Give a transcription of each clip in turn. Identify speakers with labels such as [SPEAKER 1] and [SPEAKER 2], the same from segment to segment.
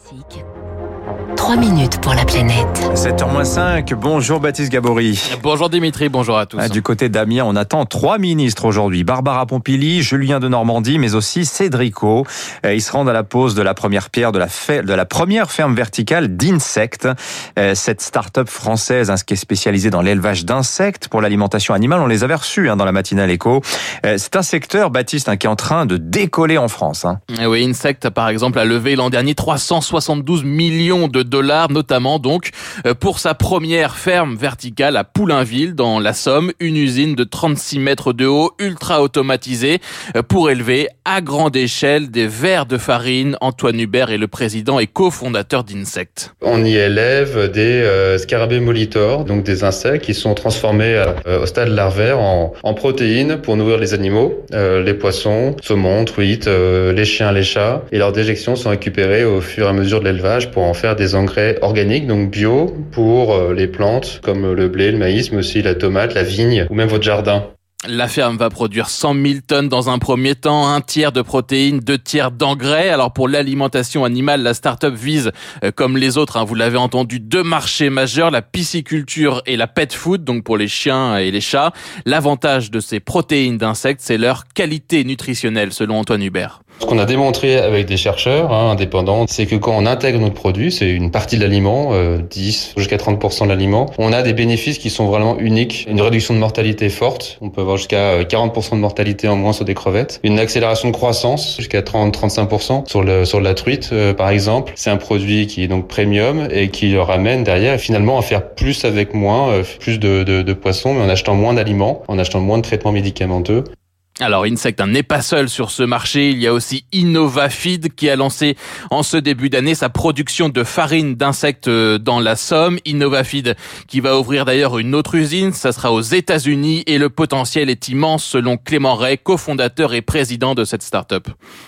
[SPEAKER 1] Classique. 3 minutes pour la planète.
[SPEAKER 2] 7h-5, bonjour Baptiste Gabory.
[SPEAKER 3] Bonjour Dimitri, bonjour à tous.
[SPEAKER 2] Du côté d'Amiens, on attend 3 ministres aujourd'hui. Barbara Pompili, Julien de Normandie, mais aussi Cédrico. Ils se rendent à la pose de la première pierre de la première ferme verticale d'insectes. Cette start-up française qui est spécialisée dans l'élevage d'insectes pour l'alimentation animale, on les avait reçus dans la matinale écho. C'est un secteur, Baptiste, qui est en train de décoller en France.
[SPEAKER 3] Oui, Insect, par exemple, a levé l'an dernier 372 millions de dollars, notamment donc pour sa première ferme verticale à Poulainville, dans la Somme, une usine de 36 mètres de haut, ultra automatisée, pour élever à grande échelle des vers de farine. Antoine Hubert est le président et cofondateur d'Insect.
[SPEAKER 4] On y élève des scarabées molitors, donc des insectes qui sont transformés au stade larvaire en protéines pour nourrir les animaux, les poissons, saumons, truites, les chiens, les chats. Et leurs déjections sont récupérées au fur et à mesure de l'élevage pour en faire des engrais organiques, donc bio, pour les plantes comme le blé, le maïs, mais aussi la tomate, la vigne ou même votre jardin.
[SPEAKER 3] La ferme va produire 100 000 tonnes dans un premier temps, 1/3 de protéines, 2/3 d'engrais. Alors pour l'alimentation animale, la start-up vise, comme les autres, vous l'avez entendu, 2 marchés majeurs, la pisciculture et la pet food, donc pour les chiens et les chats. L'avantage de ces protéines d'insectes, c'est leur qualité nutritionnelle, selon Antoine Hubert.
[SPEAKER 4] Ce qu'on a démontré avec des chercheurs indépendants, c'est que quand on intègre notre produit, c'est une partie de l'aliment, 10 jusqu'à 30% de l'aliment, on a des bénéfices qui sont vraiment uniques. Une réduction de mortalité forte, on peut avoir jusqu'à 40% de mortalité en moins sur des crevettes. Une accélération de croissance jusqu'à 30-35% sur la truite, par exemple. C'est un produit qui est donc premium et qui leur amène derrière finalement à faire plus avec moins, plus de poissons, mais en achetant moins d'aliments, en achetant moins de traitements médicamenteux.
[SPEAKER 3] Alors Insect n'est pas seul sur ce marché, il y a aussi Innovafeed qui a lancé en ce début d'année sa production de farine d'insectes dans la Somme. Innovafeed qui va ouvrir d'ailleurs une autre usine, ça sera aux États-Unis et le potentiel est immense selon Clément Ray, cofondateur et président de cette start-up.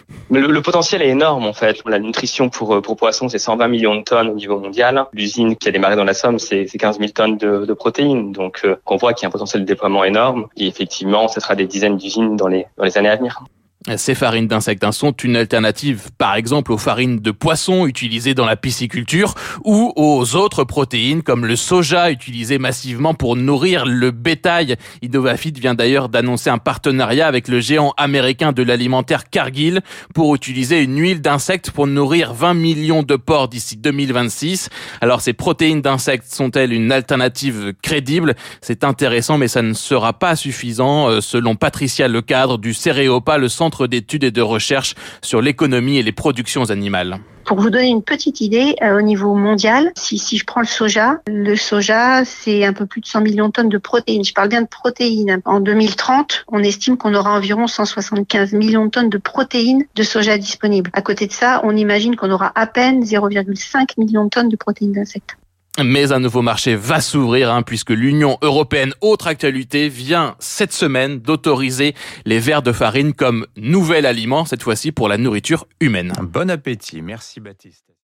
[SPEAKER 5] Le potentiel est énorme en fait. La nutrition pour poissons, c'est 120 millions de tonnes au niveau mondial. L'usine qui a démarré dans la Somme, c'est 15 000 tonnes de protéines. Donc on voit qu'il y a un potentiel de déploiement énorme et effectivement, ce sera des dizaines d'usines dans les années à venir.
[SPEAKER 3] Ces farines d'insectes sont une alternative, par exemple, aux farines de poissons utilisées dans la pisciculture ou aux autres protéines comme le soja utilisé massivement pour nourrir le bétail. Innovafeed vient d'ailleurs d'annoncer un partenariat avec le géant américain de l'alimentaire Cargill pour utiliser une huile d'insectes pour nourrir 20 millions de porcs d'ici 2026. Alors ces protéines d'insectes sont-elles une alternative crédible ? C'est intéressant, mais ça ne sera pas suffisant, selon Patricia Lecadre du Céréopa, le centre d'études et de recherche sur l'économie et les productions animales.
[SPEAKER 6] Pour vous donner une petite idée, au niveau mondial, si je prends le soja, c'est un peu plus de 100 millions de tonnes de protéines. Je parle bien de protéines. En 2030, on estime qu'on aura environ 175 millions de tonnes de protéines de soja disponibles. À côté de ça, on imagine qu'on aura à peine 0,5 millions de tonnes de protéines d'insectes.
[SPEAKER 3] Mais un nouveau marché va s'ouvrir puisque l'Union européenne, autre actualité, vient cette semaine d'autoriser les vers de farine comme nouvel aliment, cette fois-ci pour la nourriture humaine.
[SPEAKER 2] Bon appétit, merci Baptiste.